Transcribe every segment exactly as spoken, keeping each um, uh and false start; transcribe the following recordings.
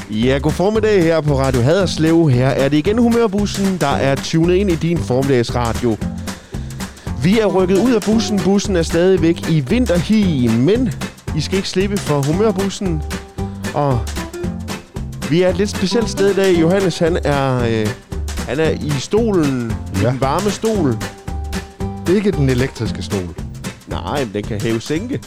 Ja, god formiddag her på Radio Haderslev. Her er det igen Humørbussen, der er tunet ind i din formiddagsradio. Vi er rykket ud af bussen. Bussen er stadigvæk i vinterhi, men I skal ikke slippe for Humørbussen. Og vi er et lidt specielt sted i dag. Johannes, han er, øh, han er i stolen, ja. I den varme stol. Ikke den elektriske stol. Nej, men den kan hæve sænke.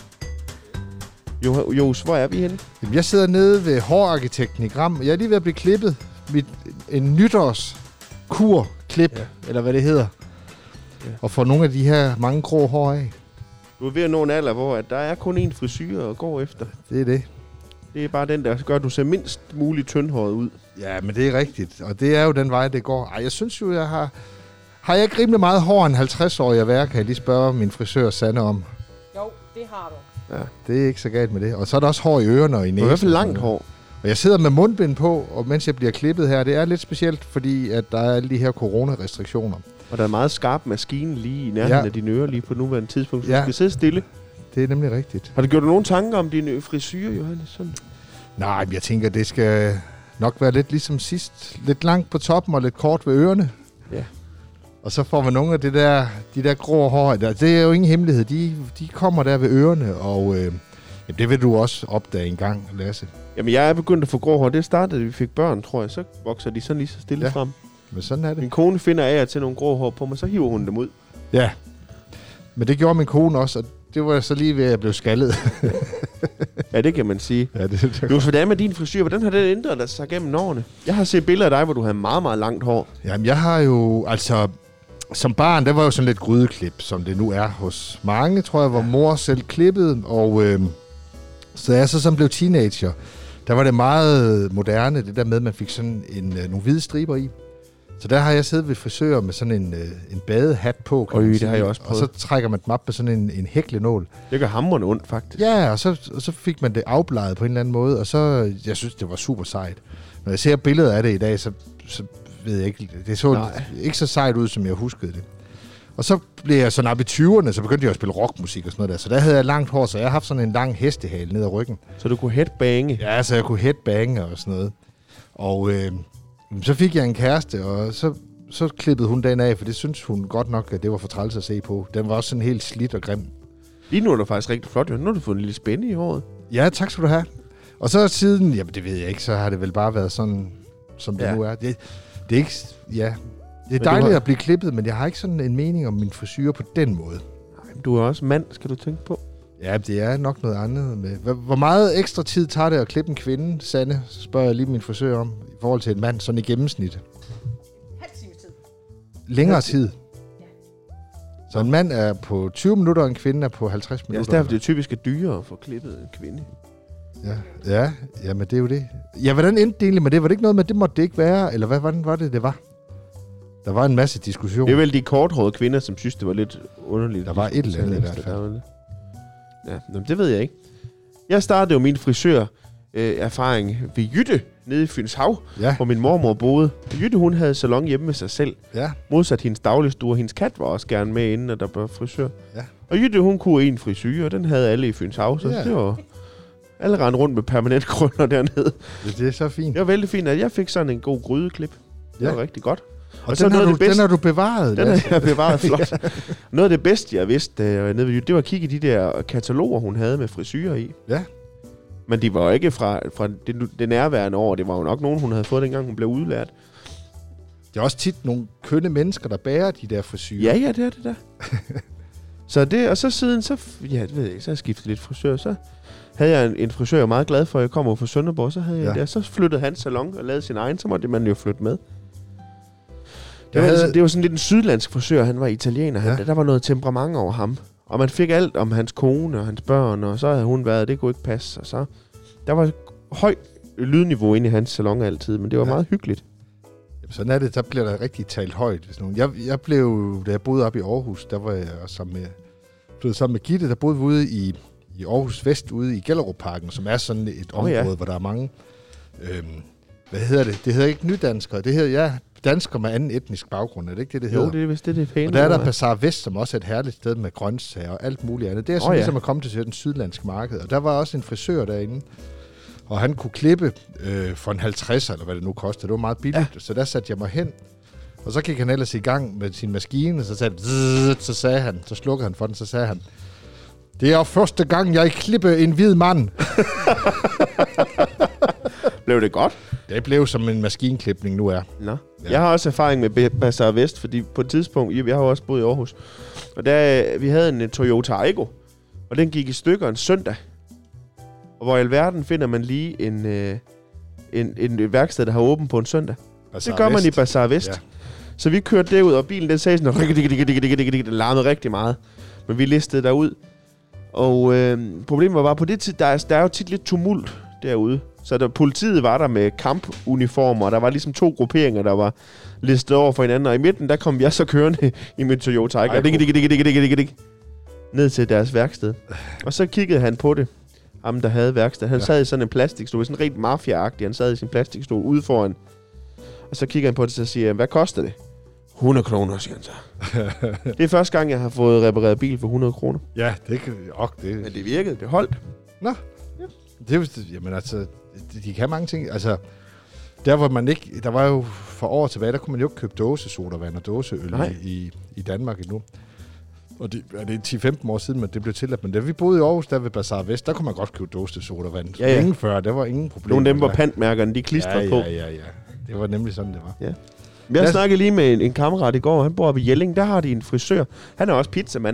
Jo, Jos, hvor er vi henne? Jamen, jeg sidder nede ved hårarkitekten i Gram. Jeg er lige ved at blive klippet. Mit, en nytårskur-klip, ja. Eller hvad det hedder. Ja. Og få nogle af de her mange grå hår af. Du er ved at nå en alder, hvor at der er kun én frisyre at gå efter. Det er det. Det er bare den, der gør, at du ser mindst muligt tyndhåret ud. Ja, men det er rigtigt. Og det er jo den vej, det går. Ej, jeg synes jo, jeg har... Har jeg ikke rimelig meget hår en halvtreds-årig at være, kan jeg lige spørge min frisør Sanne om. Jo, det har du. Ja, det er ikke så galt med det. Og så er der også hår i ørerne og i næsen. Det er i hvert fald langt hår. Og jeg sidder med mundbind på, og mens jeg bliver klippet her, det er lidt specielt, fordi at der er alle de her coronarestriktioner. Og der er en meget skarp maskine lige i nærheden ja. af dine ører lige på nuværende tidspunkt, så ja. du skal sidde stille. Det er nemlig rigtigt. Har du gjort nogle tanker om din frisyre, Johannes? Sådan? Nej, jeg tænker, det skal nok være lidt ligesom sidst. Lidt langt på toppen og lidt kort ved ørerne. Ja. Og så får man nogle af det der, de der grå hår. Der. Det er jo ingen hemmelighed. De, de kommer der ved ørerne, og øh, jamen, det vil du også opdage en gang, Lasse. Jamen, jeg er begyndt at få grå hår. Det startede, da vi fik børn, tror jeg. Så vokser de sådan lige så stille ja. frem. Men sådan er det. Min kone finder af til nogle grå hår på mig, så hiver hun dem ud. Ja, men det gjorde min kone også, og det var så lige ved, at jeg blev skaldet. Ja, det kan man sige. Ja, det, det du, hvordan med din frisyr? Hvordan har det ændret sig gennem årene? Jeg har set billeder af dig, hvor du havde meget, meget langt hår. Jamen, jeg har jo, altså... Som barn, der var jo sådan lidt grydeklip, som det nu er hos mange, tror jeg, hvor mor selv klippede. Og øh, så jeg så som blev teenager, der var det meget moderne, det der med, at man fik sådan en, øh, nogle hvide striber i. Så der har jeg siddet ved frisører med sådan en, øh, en badehat på, kan Øj, man det sige. har jeg også prøvet. Og så trækker man dem op med sådan en, en hæklenål. Det gør hamrende ondt, faktisk. Ja, og så, og så fik man det afbleget på en eller anden måde, og så, jeg synes, det var super sejt. Når jeg ser billeder af det i dag, så... så ved jeg ikke. Det så Nej. ikke så sejt ud, som jeg huskede det. Og så blev jeg sådan op i tyverne, så begyndte jeg at spille rockmusik og sådan noget der. Så der havde jeg langt hår, så jeg har haft sådan en lang hestehale ned ad ryggen. Så du kunne headbange? Ja, så jeg kunne headbange og sådan noget. Og øh, så fik jeg en kæreste, og så, så klippede hun den af, for det synes hun godt nok, at det var for træls at se på. Den var også sådan helt slidt og grim. Lige nu er du faktisk rigtig flot. Nu har du fået en lille spænde i håret. Ja, tak skal du have. Og så siden, jamen det ved jeg ikke, så har det vel bare været sådan, som det ja. nu er. Det, Det er ikke, ja. Det er dejligt har... at blive klippet, men jeg har ikke sådan en mening om min frisyre på den måde. Nej, du er også mand, skal du tænke på. Ja, det er nok noget andet med. Hvor meget ekstra tid tager det at klippe en kvinde, Sanne, spørger jeg lige min frisør om, i forhold til en mand, sådan i gennemsnit? Halv times tid. Længere tid? Ja. Så en mand er på tyve minutter, og en kvinde er på halvtreds minutter? Ja, derfor det er typisk at dyrere at få klippet en kvinde. Ja, ja, ja, men det er jo det. Ja, hvordan endte det egentlig med det? Var det ikke noget med, det måtte det ikke være? Eller hvad, hvordan var det, det var? Der var en masse diskussion. Det er vel de korthårede kvinder, som synes, det var lidt underligt. Der var et eller andet i hvert fald. Ja, men det ved jeg ikke. Jeg startede jo min frisør-erfaring øh, ved Jytte, nede i Fynshav, ja. hvor min mormor boede. Jytte, hun havde salon hjemme med sig selv. Ja. Modsat hendes dagligstue. Hendes kat var også gerne med, inden der var frisør. Ja. Og Jytte, hun kunne en frisyre, og den havde alle i Fynshav, så ja. det var... Alle rendte rundt med permanent krøller dernede. Det, det er så fint. Det var vældig fint, at jeg fik sådan en god grydeklip. Det ja. var rigtig godt. Og, og så den, har du, bedste, den har du bevaret. Den har jeg bevaret flot. Noget af det bedste, jeg vidste, nede ved Jytte, det var at kigge i de der kataloger, hun havde med frisyrer i. Ja. Men de var jo ikke fra, fra det, det nærværende år. Det var jo nok nogen, hun havde fået, dengang hun blev udlært. Det er også tit nogle kønne mennesker, der bærer de der frisyrer. Ja, ja, det er det der. så det, og så siden, så, ja, det ved jeg ikke, så har jeg skiftet lidt frisør, så... Havde jeg en, en frisør, jeg var meget glad for, at jeg kommer fra Sønderborg, så havde jeg ja. der. Så flyttede han salon og lavede sin egen, så måtte man jo flytte med. Det var, havde... det var sådan lidt en sydlandsk frisør, han var italiener. Han, ja. Der var noget temperament over ham. Og man fik alt om hans kone og hans børn, og så havde hun været, det kunne ikke passe. Og så, der var høj lydniveau inde i hans salon altid, men det var ja. meget hyggeligt. Jamen, sådan er det, der bliver der rigtig talt højt. Hvis nogen. Jeg, jeg blev, da jeg boede op i Aarhus, der var jeg også sammen med, blev sammen med Gitte, der boede vi ude i... i Aarhus Vest, ude i Gellerupparken, som er sådan et område, oh, ja. hvor der er mange, øhm, hvad hedder det? Det hedder ikke nydanskere, det hedder, ja, danskere med anden etnisk baggrund, er det ikke det, det hedder? Jo, det er vist det, det er pænt. Og der er der Bazaar Vest, som også er et herligt sted med grøntsager og alt muligt andet. Det er sådan oh, ja. ligesom at komme til den sydlandske marked, og der var også en frisør derinde, Og han kunne klippe øh, for en halvtreds, eller hvad det nu kostede. Det var meget billigt, ja. Så der satte jeg mig hen. Og så gik han ellers i gang med sin maskine, så sagde, så sagde han, så slukkede han for den, så sagde han, det er første gang, jeg klipper en hvid mand. Blev det godt? Det blev som en maskinklipning nu er. Nå. Ja. Jeg har også erfaring med Bazar Vest, fordi på et tidspunkt, jeg har jo også boet i Aarhus, og der, vi havde en Toyota Aygo, og den gik i stykker en søndag. Og hvor i alverden finder man lige en, øh, en, en værksted, der har åbent på en søndag. Bazar det gør Vest. Man i Bazar Vest. Ja. Så vi kørte derud, og bilen den sagde sådan, den larmede rigtig meget. Men vi listede derud. Og øh, problemet var bare, på det tid, der er, der er jo tit lidt tumult derude. Så der, politiet var der med kampuniformer, og der var ligesom to grupperinger, der var listet over for hinanden. Og i midten, der kom jeg så kørende i min Toyota Aygo. Ned til deres værksted. Og så kiggede han på det. Ham, der havde værksted. Han ja. sad i sådan en plastikstol, sådan rigtig mafia-agtig. Han sad i sin plastikstol ude foran. Og så kigger han på det, og siger, hvad koster det? hundrede kroner, siger han så. Det er første gang, jeg har fået repareret bil for hundrede kroner. Ja, det kan... Ok, det... Men det virkede, det holdt. Nå, ja. Det er jo... Jamen altså, de, de kan mange ting. Altså, der hvor man ikke... Der var jo for år tilbage, der kunne man jo ikke købe dåsesodavand og dåseøl i, i, i Danmark endnu. Og det er det ti til femten år siden, men det blev tilladt. Men da vi boede i Aarhus, der ved Bazar Vest, der kunne man godt købe dåsesodavand. Ja, ja. Ingen før, der var ingen problemer. Nogle af dem, hvor pantmærkerne, de klistret ja, på. Ja, ja, ja. Det var nemlig sådan, det var. Ja. Jeg ja. snakkede lige med en, en kammerat i går, han bor oppe i Jelling, der har de en frisør. Han er også pizzamand.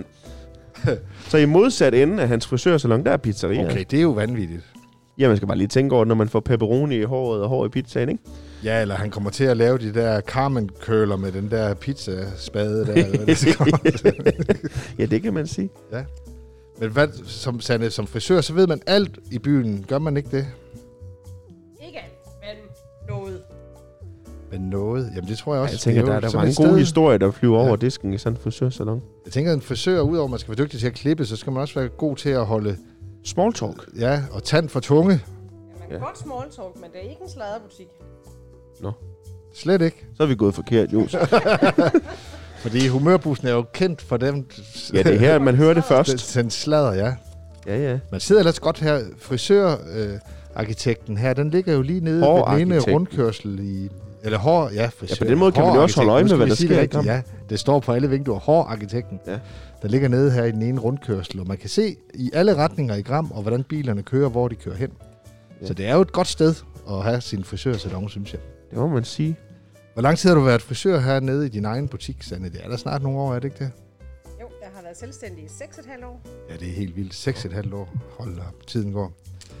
Så i modsat ende af hans frisørsalon, der er pizzeria. Okay, det er jo vanvittigt. Ja, man skal bare lige tænke over det, når man får pepperoni i håret og hår i pizzaen, ikke? Ja, eller han kommer til at lave de der Carmen-køler med den der pizzaspade der. Eller hvad det ja, det kan man sige. Ja. Men hvad, som, Sanne, som frisør, så ved man alt i byen. Gør man ikke det? Ikke alt, men noget. Men noget? Jamen det tror jeg også. Jeg tænker, der er der mange gode historier, der flyver ja. over disken i sådan en frisørsalon. Jeg tænker, at en frisør, udover at man skal være dygtig til at klippe, så skal man også være god til at holde... Small talk. Ja, og tand for tunge. Ja, man kan ja. godt small talk, men det er ikke en sladderbutik. Nå. Slet ikke. Så er vi gået forkert, Jos. Fordi humørbussen er jo kendt for dem. Ja, det er her, man hører det først. Den sladder, ja. Ja, ja. Man sidder ellers godt her. Frisørarkitekten øh, her, den ligger jo lige nede ved den ene rundkørsel i... Eller hår, ja, frisør. Ja, på den måde kan man jo også holde øje med, hvad der sker. Det ja, det står på alle vinduer. Hårarkitekten. Ja. Der ligger nede her i den ene rundkørsel, og man kan se i alle retninger i Gram, og hvordan bilerne kører, hvor de kører hen. Ja. Så det er jo et godt sted at have sin frisørsalon, synes jeg. Det må man sige. Hvor lang tid har du været frisør hernede i din egen butik, Sanne? Det er der snart nogle år, er det ikke det? Jo, jeg har været selvstændig i seks og et halvt år. Ja, det er helt vildt. seks og et halvt år. Hold da op, tiden går.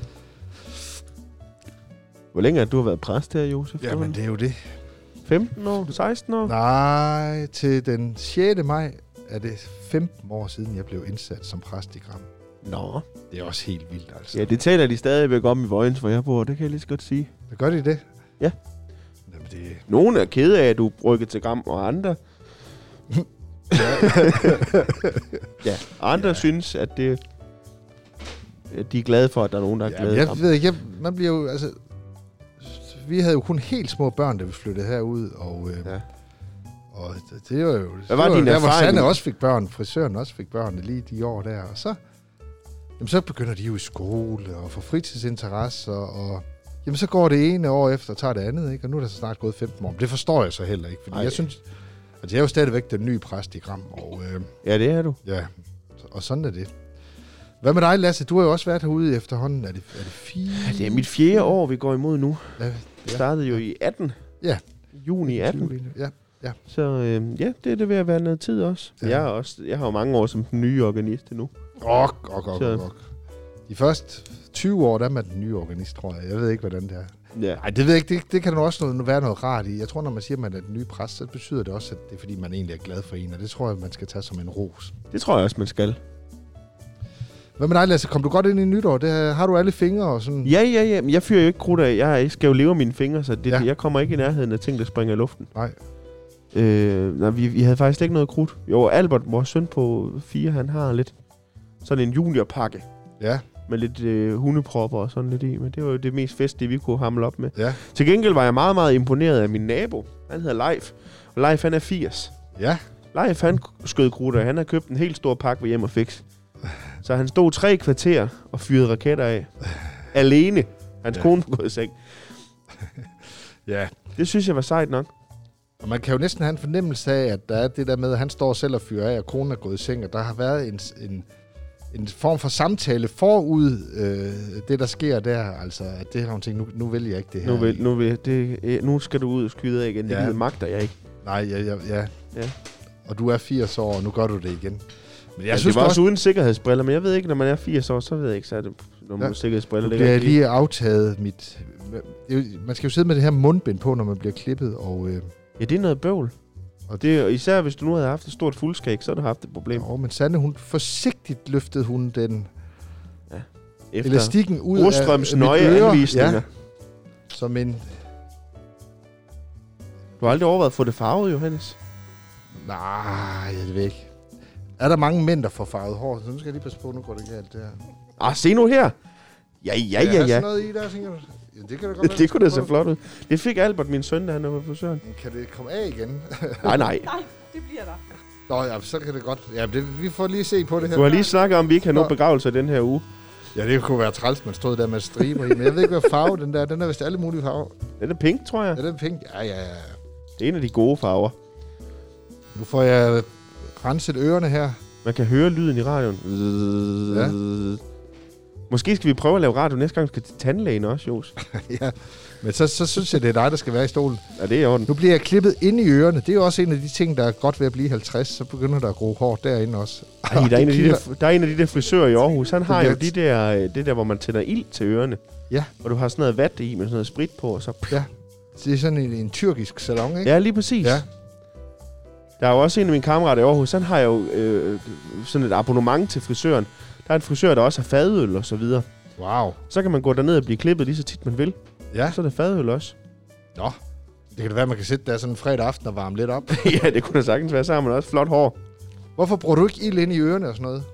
Hvor længe har du været præst her, Josef? Jamen, det er jo det. femten år? seksten år? Nej, til den sjette maj er det femten år siden, jeg blev indsat som præst i Gram. Nå. Det er også helt vildt, altså. Ja, det taler de stadigvæk om i Vojens, hvor jeg bor. Det kan jeg lige så godt sige. Hvad gør de det? Ja. Jamen, det... Nogle er kede af, at du rykker til Gram, og andre... ja, andre ja. synes, at det... At de er glade for, at der er nogen, der er ja, glade. Jeg ved ikke, jeg, man bliver jo... Altså, vi havde jo kun helt små børn, da vi flyttede herud, og... Øh, ja. Og det, det var jo... Hvad var din der, erfaring? hvor Sanne også fik børn, frisøren også fik børn lige de år der, og så... Jamen, så begynder de jo i skole og få fritidsinteresser, og jamen, så går det ene år efter og tager det andet, ikke? Og nu er der så snart gået femten år. Men det forstår jeg så heller ikke, fordi Ej. jeg synes, at jeg er jo stadigvæk den nye præst i Gram. Og, øh, ja, det er du. Ja, og sådan er det. Hvad med dig, Lasse? Du har jo også været herude efterhånden. Er det, er det fire? Ja, det er mit fjerde år, vi går imod nu. Ja, ja. Det startede jo i atten. Ja. Juni atten. Ja. Ja. Så øh, ja, det er det ved at være noget tid også. Ja. Jeg, er også. jeg har jo mange år som den nye organist nu. Ok, ok, ok, ok. De første tyve år, der er man den nye organist, tror jeg. Jeg ved ikke, hvordan det er. Ja. Ej, det ved jeg ikke. Det, det kan jo også noget, være noget rart i. Jeg tror, når man siger, at man er den nye præst, så betyder det også, at det er, fordi man egentlig er glad for en. Og det tror jeg, man skal tage som en ros. Det tror jeg også, man skal. Hvad med dig, Lasse? Kom du godt ind i nytår? Det, har du alle fingre og sådan? Ja, ja, ja. Men jeg fyrer jo ikke krudt af. Jeg skal jo leve mine fingre, så det, ja. jeg kommer ikke i nærheden af ting, der springer i luften. Nej. Øh, nej, vi, vi havde faktisk ikke noget krudt. Jo, Albert, vores søn på fire, han har lidt sådan en juniorpakke. Ja. Med lidt øh, hundepropper og sådan lidt i. Men det var jo det mest festlige, vi kunne hamle op med. Ja. Til gengæld var jeg meget, meget imponeret af min nabo. Han hedder Leif. Og Leif, han er firs. Ja. Leif, han skød krudt af. Han har købt en helt stor pakke ved hjem og fix. Så han stod tre kvarter og fyrede raketter af. Alene. Hans Ja. kone var gået i seng. Ja, Det synes jeg var sejt nok. og man kan jo næsten have en fornemmelse af, at der er det der med, at han står selv og fyrer af, og konen er gået i seng, og der har været en, en, en form for samtale forud øh, det, der sker der. Altså, at det har hun tænkt, nu, nu vil jeg ikke det her. Nu, vil, nu, vil, det, øh, nu skal du ud og skyde af igen. Det Ja. ja. magter jeg ikke. Nej, ja, ja, ja. Ja. Og du er firs år, og nu gør du det igen. Men jeg Ja, synes det var også, også uden sikkerhedsbriller, men jeg ved ikke, når man er firs år, så ved jeg ikke, så er det nogle Ja. ja. sikkerhedsbriller. nu Det bliver er jeg lige... lige aftaget mit... det er jo- Man skal jo sidde med det her mundbind på, når man bliver klippet, og... Øh, Ja, det er noget bøvl. Og det er, især hvis du nu havde haft et stort fuldskæg, så har du haft et problem. og, men Sanne, hun forsigtigt løftede hun den Efter elastikken ud Urstrøms af mit nøje øre, anvisninger. ja, som en... Du har aldrig overvejet at få det farvet, Johannes? Nej, jeg ved ikke. Er der mange mænd, der får farvet hår? Så nu skal jeg lige passe på, nu går det galt der. Ah, se nu her. Ja, ja, ja, Er ja. sådan noget i der, tænker du? Ja, det kan da godt være, Det kunne da vi se skal flot ud. Det fik Albert, min søn, da han var på frisøren. prøve. Kan det komme af igen? Nej, nej. Nej, det bliver der. Nå ja, så kan det godt. Ja, det, vi får lige se på det her. Du har lige snakket om, at vi ikke har nogen Nå. begravelse den her uge. Ja, det kunne være træls, man stod der med striber i. Men jeg ved ikke, hvad farve den der. Den er vist alle mulige farver. Den er pink, tror jeg. Er den pink? Ja, ja, ja. Det er en af de gode farver. Nu får jeg renset ørerne her. Man kan høre lyden i radioen. Ja. Måske skal vi prøve at lave radio næste gang, vi skal til tandlægen også, Jos. Ja, men så, så synes jeg, det er dig, der skal være i stolen. Ja, det er i orden. Nu bliver jeg klippet ind i ørerne. Det er jo også en af de ting, der er godt ved at blive halvtreds. Så begynder der at gro hår derinde også. Ej, der, er en af de kilder. der, der er en af de der frisører i Aarhus. Han har Det jo bliver- de der, øh, det der, hvor man tænder ild til ørerne. Ja. Og du har sådan noget vat i med sådan noget sprit på, og så... Ja, det er sådan en, en tyrkisk salon, ikke? Ja, lige præcis. Ja. Der er jo også en af mine kammerater i Aarhus, han har jo øh, sådan et abonnement til frisøren. Der er en frisør, der også har fadøl og så videre. Wow. Så kan man gå derned og blive klippet lige så tit man vil. Ja, Så er der fadøl også. nå. Det kan da være, at man kan sidde der sådan en fredag aften og varme lidt op. Ja, det kunne da sagtens være. Så har man også flot hår. Hvorfor bruger du ikke ild ind i ørerne og sådan noget?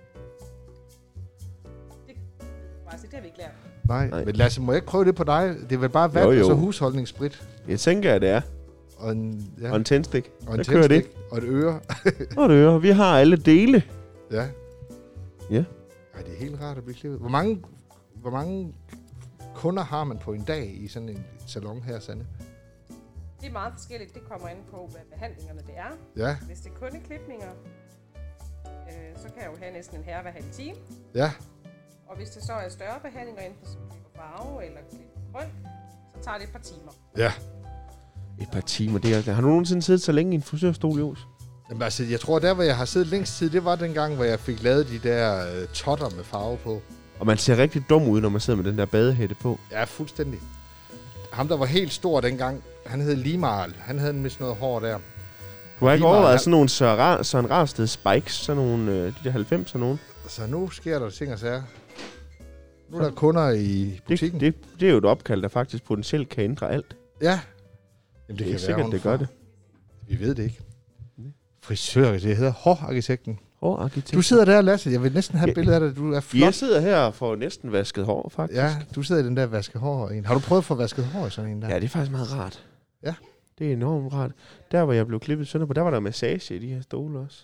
Altså, det har vi ikke lært. Nej, Nej. men Lasse, må jeg ikke prøve det på dig? Det er vel bare vand Jo, jo. og så husholdningssprit. Jeg tænker, at det er. Og en, ja, Og en tændstik. og en så kører det. tændstik og et øre. Og det ører. Vi har alle dele. Ja. Ja. Ej, det er helt rart at blive klippet. Hvor mange, hvor mange kunder har man på en dag i sådan en salon her, Sanne? Det er meget forskelligt. Det kommer an på, hvad behandlingerne det er. Ja, Hvis det kun er klipninger, øh, så kan jeg jo have næsten en herre hver halv time. ja. Og hvis det så er større behandlinger, enten som klipper farve eller klipper grøn, så tager det et par timer. Ja. Et par timer. Det er, har du nogensinde siddet så længe i en frisørstol, Jos? Jamen, altså, jeg tror, der hvor jeg har siddet længst tid, det var den gang, hvor jeg fik lavet de der øh, totter med farve på. Og man ser rigtig dum ud, når man sidder med den der badehætte på. Ja, fuldstændig. Ham, der var helt stor dengang, han hed Limal. Han havde med sådan noget hår der. Du har ikke Lige meget, overvejet han- sådan nogle Søren, Ra- Søren Rarsted Spikes, sådan nogle, øh, de der halvfemser nogen. Så nu sker der ting og sager. Nu er der kunder i butikken. Det, det, det er jo et opkald, der faktisk potentielt kan ændre alt. Ja. Jamen, Det, det er kan sikkert, være, det gør det. Vi ved det ikke. Frisør, det hedder hårarkitekten. Hårarkitekt. Du sidder der, Lasse. Jeg vil næsten have Ja. et billede af dig. Du er flot. Jeg sidder her og får næsten vasket hår, faktisk. Ja, du sidder i den der vaske hår en. Har du prøvet at få vasket hår i sådan en der? Ja, det er faktisk meget rart. Ja. Det er enormt rart. Der, hvor jeg blev klippet i Sønderborg, der var der massage i de her stole også.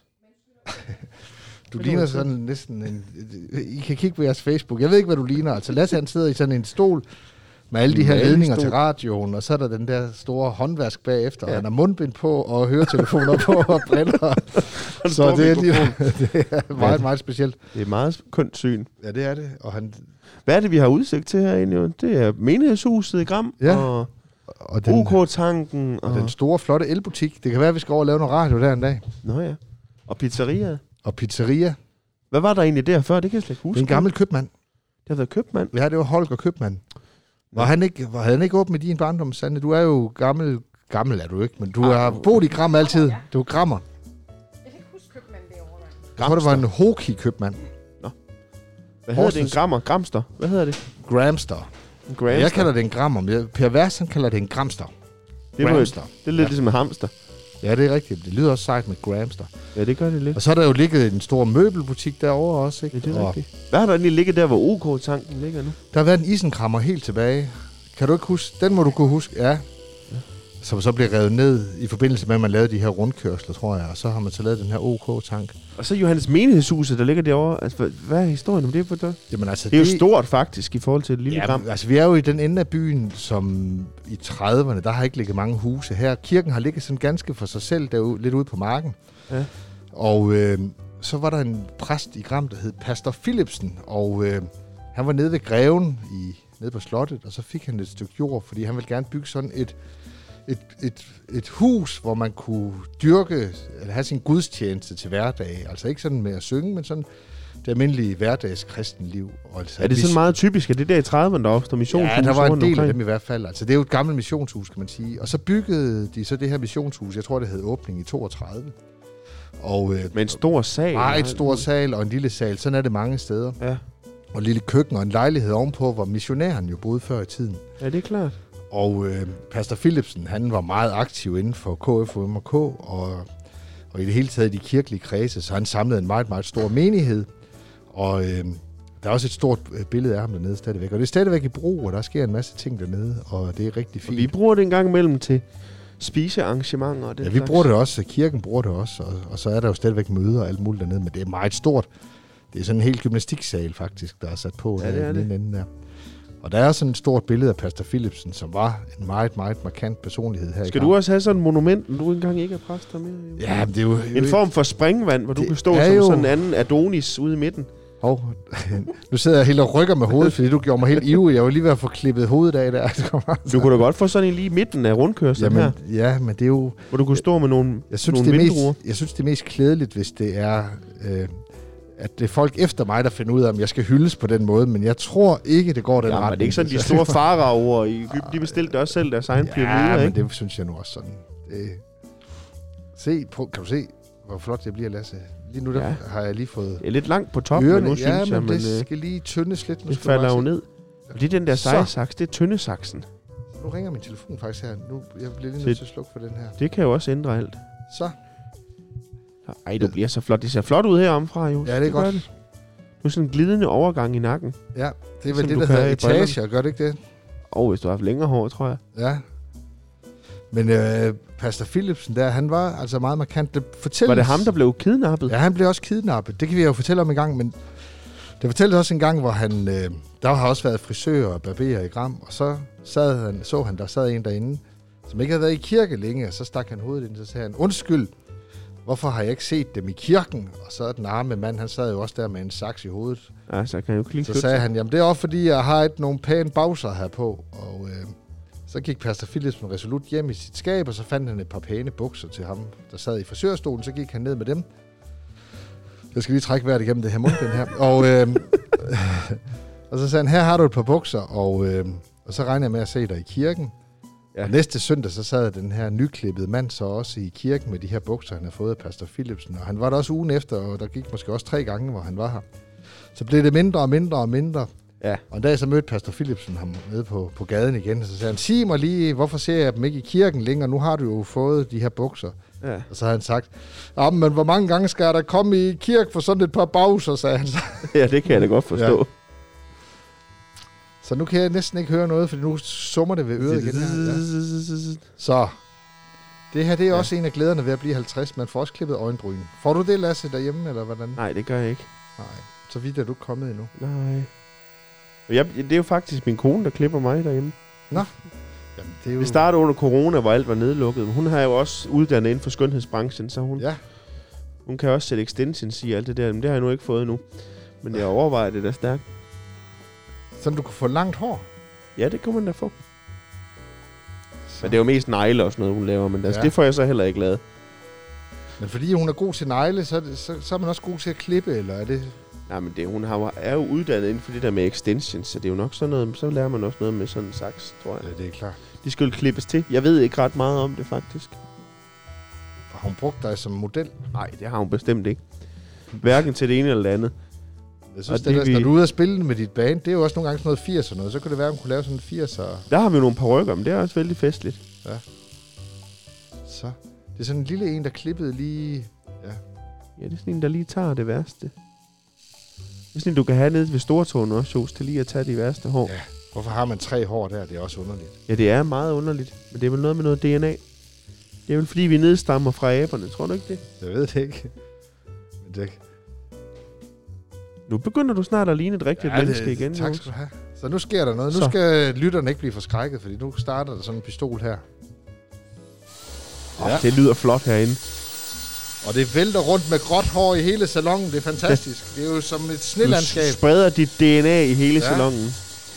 Du Det ligner var sådan næsten en... I kan kigge på jeres Facebook. Jeg ved ikke, hvad du ligner. Altså, Lasse, han sidder i sådan en stol med alle de her Malet ledninger stol. til radioen, og så er der den der store håndvask bagefter, Ja. og han har mundbind på, og høretelefoner på, og briller. Så stor det er, lige, mikrofon. det er meget, meget specielt. Det er meget kønt syn. Ja, det er det. Og, han, Hvad er det, vi har udsigt til herinde? Jo? Det er menighedshuset i Gram, Ja. og og, den, O K-tanken, og... og den store, flotte elbutik. Det kan være, at vi skal over og lave noget radio der en dag. Nå ja. Og pizzeriet. Og pizzeria. Hvad var der egentlig der før? Det kan jeg slet ikke Det huske. er en gammel købmand. Det har været købmand. Ja, det var Holger Købmand. Var han ikke, var han ikke åben i din barndom, Sande? Du er jo gammel. Gammel er du ikke, men du har boet i Gram altid. Du er grammer. Jeg kan ikke huske købmanden derovre. nej. Jeg tror, det var en hockey-købmand. Hvad hedder det? En Horsens- grammer? Gramster? Hvad hedder det? Gramster. En gramster? Jeg kalder det en grammer. men Per Vers, han kalder det en gramster. det, var, Gramster. det er lidt Ja. ligesom en hamster. Ja, det er rigtigt. Det lyder også sejt med gramster. Ja, det gør det lidt. Og så er der jo ligget en stor møbelbutik derovre også, ikke? Ja, det er Og rigtigt. Hvad har der egentlig ligget der, hvor O K-tanken ligger nu? der har været en isenkrammer helt tilbage. Kan du ikke huske? Den må du kunne huske. Ja. som så blev revet ned i forbindelse med, at man lavede de her rundkørsler, tror jeg. Og så har man så lavet den her OK-tank. Og så Johannes Menighedshuset, der ligger derovre. Altså, hvad er historien om det på der? Jamen, altså, det er det, jo stort faktisk i forhold til et lille ja, gram. Altså, vi er jo i den ende af byen, som i trediverne, der har ikke ligget mange huse her. Kirken har ligget sådan ganske for sig selv, derude, lidt ude på marken. Ja. Og øh, så var der en præst i Gram, der hed Pastor Philipsen, og øh, han var nede ved Greven, i, nede på slottet, og så fik han et stykke jord, fordi han ville gerne bygge sådan et, et, et, et hus, hvor man kunne dyrke, eller have sin gudstjeneste til hverdag. Altså ikke sådan med at synge, men sådan det almindelige hverdags kristenliv. Altså, er det sådan meget typisk, at det der i trediverne, der opstod missionshus? Ja, der var en del omkring. af dem i hvert fald. Altså, det er jo et gammelt missionshus, kan man sige. Og så byggede de så det her missionshus, jeg tror, det hed åbning i toogtredive. Og, øh, med en stor sal? Nej, et stor sal og en lille sal. Sådan er det mange steder. Ja. Og et lille køkken og en lejlighed ovenpå, hvor missionæren jo boede før i tiden. Ja, det er klart. Og øh, Pastor Philipsen, han var meget aktiv inden for K F U M og K, og, og i det hele taget i de kirkelige kredse, så han samlede en meget, meget stor menighed. Og øh, der er også et stort billede af ham dernede stadigvæk. Og det er stadigvæk i brug, og der sker en masse ting dernede, og det er rigtig fint. Og vi bruger det en gang imellem til spisearrangementer og det. Ja, vi bruger det også, kirken bruger det også, og, og så er der jo stadigvæk møder og alt muligt dernede, men det er meget stort. Det er sådan en hel gymnastiksal faktisk, der er sat på ja, der i den ende der. Og der er sådan et stort billede af Pastor Philipsen, som var en meget, meget markant personlighed her. Skal du også have sådan et monument, når du engang ikke er præst der mere? Ja, det er jo... En form for springvand, hvor du kan stå som jo sådan en anden Adonis ude i midten. Hov, nu sidder jeg helt og rykker med hovedet, fordi du gjorde mig helt ivrig. Jeg var lige ved at få klippet hovedet af der. Du kunne da godt få sådan en lige i midten af rundkørslen her. Ja, men det er jo... Hvor du kunne stå med nogle, jeg synes, nogle det vindruer. Mest, jeg synes, det er mest klædeligt, hvis det er... Øh, at det er folk efter mig, der finder ud af, om jeg skal hyldes på den måde, men jeg tror ikke, det går den ja, retning. Men det er ikke sådan, de store faraoer i Egypten, de bestilte også selv deres egen pyramide, ja, men ikke? det synes jeg nu også sådan. Det... Se, prøv, kan du se, hvor flot det bliver, Lasse? Lige nu der ja. har jeg lige fået... Det er lidt langt på toppen, ørerne. men nu ja, synes jeg, men men det skal lige tyndes lidt. Nu det falder jo ned. Og det er den der seje saks, det er tyndesaksen. Nu ringer min telefon faktisk her. Nu jeg bliver lige nødt til at slukke for den her. Det kan jo også ændre alt. Så. Ej, du bliver så flot. Det ser flot ud heromfra, jo. Ja, det er det godt. Det. Du er sådan en glidende overgang i nakken. Ja, det er vel det, der hedder etager, gør det ikke det? Åh, oh, hvis du har haft længere hår, tror jeg. Ja. Men øh, Pastor Philipsen der, han var altså meget markant. Det fortælles... Var det ham, der blev kidnappet? Ja, han blev også kidnappet. Det kan vi jo fortælle om en gang, men det fortælles også en gang, hvor han... Øh, der har også været frisør og barberer i Gram, og så sad han, så han, der sad en derinde, som ikke havde været i kirke længe, og så stak han hovedet ind, så sagde han, undskyld, hvorfor har jeg ikke set dem i kirken? Og så den arme mand, han sad jo også der med en saks i hovedet. Ja, så kan jeg jo ikke lige Så sagde han, jamen det er også fordi, jeg har et nogle pæne bagser her på, og... Øh, så gik Pastor Philipsen resolut hjem i sit skab, og så fandt han et par pæne bukser til ham, der sad i frisørstolen. Så gik han ned med dem. Jeg skal lige trække vejret igennem det her mundbind her. Og, øh, og så sagde han, her har du et par bukser, og, øh, og så regner jeg med at se dig i kirken. Ja. Og næste søndag, så sad den her nyklippede mand så også i kirken med de her bukser, han havde fået af Pastor Philipsen. Og han var der også ugen efter, og der gik måske også tre gange, hvor han var her. Så blev det mindre og mindre og mindre. Ja. Og en dag så mødte Pastor Philipsen ham nede på, på gaden igen, og så sagde han, sig mig lige, hvorfor ser jeg dem ikke i kirken længere? Nu har du jo fået de her bukser. Ja. Og så har han sagt, ja, men hvor mange gange skal jeg da komme i kirke for sådan et par bagser, sagde han så. Ja, det kan jeg da godt forstå. Ja. Så nu kan jeg næsten ikke høre noget, for nu summer det ved øret igen. Ja. Så, det her det er ja. også en af glæderne ved at blive halvtreds, man får også klippet øjenbryn. Får du det, Lasse, derhjemme, eller hvordan? Nej, det gør jeg ikke. Nej, så vidt er du kommet endnu. Nej. Jeg, det er jo faktisk min kone, der klipper mig derhjemme. Nå. Jamen, det er jo... Vi startede under corona, hvor alt var nedlukket. Hun har jo også uddannet inden for skønhedsbranchen, så hun, ja. hun kan også sætte extensions i alt det der. Men det har jeg nu ikke fået endnu. Men jeg overvejer det der stærkt. Så du kan få langt hår? Ja, det kan man da få. Så. Men det er jo mest negle og sådan noget, hun laver. Men altså, ja. det får jeg så heller ikke lavet. Men fordi hun er god til negle, så er, det, så, så er man også god til at klippe, eller er det... Nej, men det, hun har, er jo uddannet inden for det der med extensions, så det er jo nok sådan noget, så lærer man også noget med sådan en saks, tror jeg. Ja, det er klart. De skal jo klippes til. Jeg ved ikke ret meget om det, faktisk. Har hun brugt dig som model? Nej, det har hun bestemt ikke. Hverken til det ene eller det andet. Jeg synes, det, det, vi... når du er ude at spille med dit band, det er jo også nogle gange sådan noget firserne noget. Så kunne det være, at hun kunne lave sådan en firser. Der har vi nogle parykker, men det er også vældig festligt. Ja. Så. Det er sådan en lille en, der klippede lige... Ja, ja det er sådan en, der lige tager det værste. Det er sådan en, du kan have nede ved Stortåen også, Jos, til lige at tage de værste hår. Ja, Hvorfor har man tre hår der? Det er også underligt. Ja, det er meget underligt. Men det er vel noget med noget D N A. Det er vel fordi, vi nedstammer fra aberne. Tror du ikke det? Jeg ved det ikke. Men det... Nu begynder du snart at ligne et rigtigt ja, menneske det, igen. Tak skal du have. Så nu sker der noget. Nu Så. skal lytterne ikke blive forskrækket, fordi nu starter der sådan en pistol her. Ja. Det lyder flot herinde. Og det vælter rundt med gråt hår i hele salonen. Det er fantastisk. Det er jo som et snelandskab. Du spreder dit D N A i hele ja. salonen.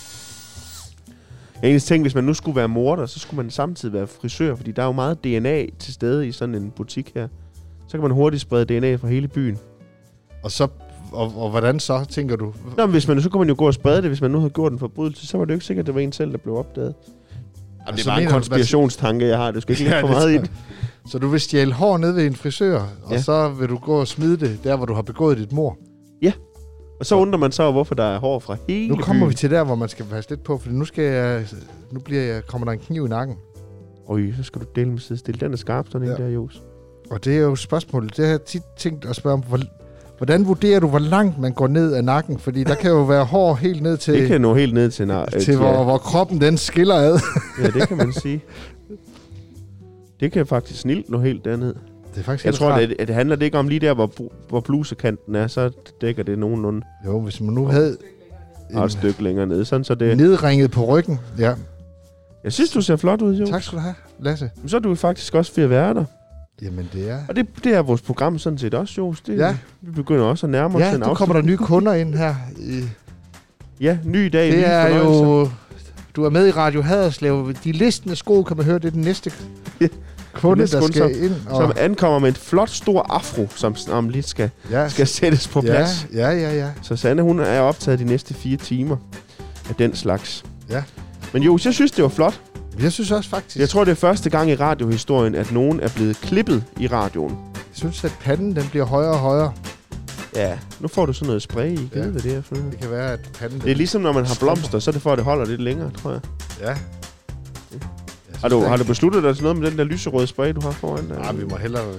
Jeg egentlig tænkte, hvis man nu skulle være morder, så skulle man samtidig være frisør, fordi der er jo meget D N A til stede i sådan en butik her. Så kan man hurtigt sprede D N A fra hele byen. Og så og, og hvordan så, tænker du? Nå, men hvis man, så kunne man jo gå og sprede det, hvis man nu havde gjort en forbrydelse. Så var det jo ikke sikkert, at det var en selv, der blev opdaget. Jamen, det er bare en konspirationstanke, jeg har. Det skal ikke ja, ligge for meget i det. Så du vil stjæle hår ned ved en frisør, og ja. så vil du gå og smide det der, hvor du har begået dit mord? Ja. Og så undrer man så, hvorfor der er hår fra hele Nu kommer byen. vi til der, hvor man skal passe lidt på, for nu skal jeg, nu bliver jeg, kommer der en kniv i nakken. Øj, så skal du dele med sidestil. Den er skarp, sådan ja. en der, Jos. Og det er jo spørgsmålet. Det har jeg tit tænkt at spørge om, hvor, hvordan vurderer du, hvor langt man går ned af nakken? Fordi der kan jo være hår helt ned til... Det kan nå helt ned til... til, til hvor, hvor kroppen den skiller ad. Ja, det kan man sige. Det kan faktisk snilt nå helt derned. Det er faktisk jeg tror, det, det handler det ikke om lige der, hvor, hvor blusekanten er, så dækker det nogenlunde. Jo, hvis man nu havde... Og et stykke længere ned, sådan så det... Nedringet på ryggen, ja. Jeg synes, du ser flot ud, jo. Tak skal du have, Lasse. Men så er du faktisk også ved at være der. Jamen, det er... Og det, det er vores program sådan set også, Jos. Det, ja. Vi begynder også at nærme os ja, en nu kommer der nye kunder ind her. I... Ja, ny dag, det nye er fornøjelser. Jo... Du er med i Radio Haderslev. De listende sko, kan man høre, det er den næste kunde, næste der kunde, skal som, ind. Og... Som ankommer med et flot, stor afro, som om lidt skal, ja. skal sættes på plads. Ja, ja, ja, ja. Så Sanne, hun er optaget de næste fire timer af den slags. Ja. Men jo, jeg synes, det var flot. Jeg synes også faktisk... Jeg tror, det er første gang i radiohistorien, at nogen er blevet klippet i radioen. Jeg synes, at panden den bliver højere og højere. Ja, nu får du sådan noget spray i. Ja. Hvad det er for noget? Det kan være, at panden... Det er ligesom, når man har blomster, så er det for, at det holder lidt længere, tror jeg. Ja. Jeg har, du, har du besluttet dig til noget med den der lyserøde spray, du har foran dig? Nej, vi må hellere...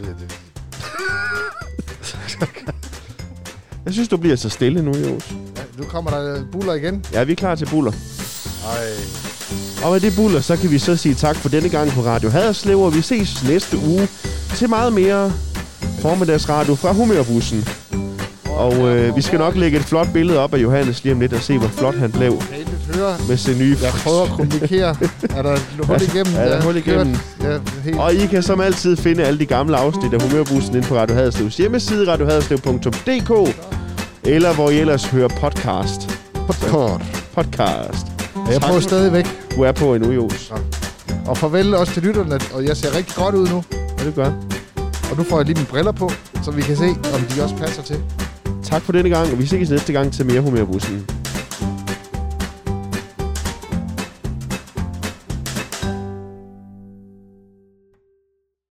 Jeg synes, du bliver så stille nu, Jos. Ja, nu kommer der buller igen. Ja, vi er klar til buller. Ej. Og med det buller, så kan vi så sige tak for denne gang på Radio Haderslev, og vi ses næste uge til meget mere formiddagsradio fra Humørbussen. Og øh, vi skal nok lægge et flot billede op af Johannes lige om lidt og se, hvor flot han blev med sin nye... Jeg prøver at kommunikere. Er der hul igennem? Ja, er der hul igennem? Ja, helt. Og I kan som altid finde alle de gamle afsnit af Humørbussen inde på Radio Haderslevs hjemmeside, radio haderslev punktum d k, eller hvor I ellers hører podcast. Podcast. Podcast. Ja, jeg prøver stadigvæk. Du er på endnu, Jos. Ja. Og farvel også til lytterne, og jeg ser rigtig godt ud nu. Ja, det gør. Og nu får jeg lige mine briller på, så vi kan se, om de også passer til. Tak for denne gang, og vi ses næste gang til mere Humørbussen.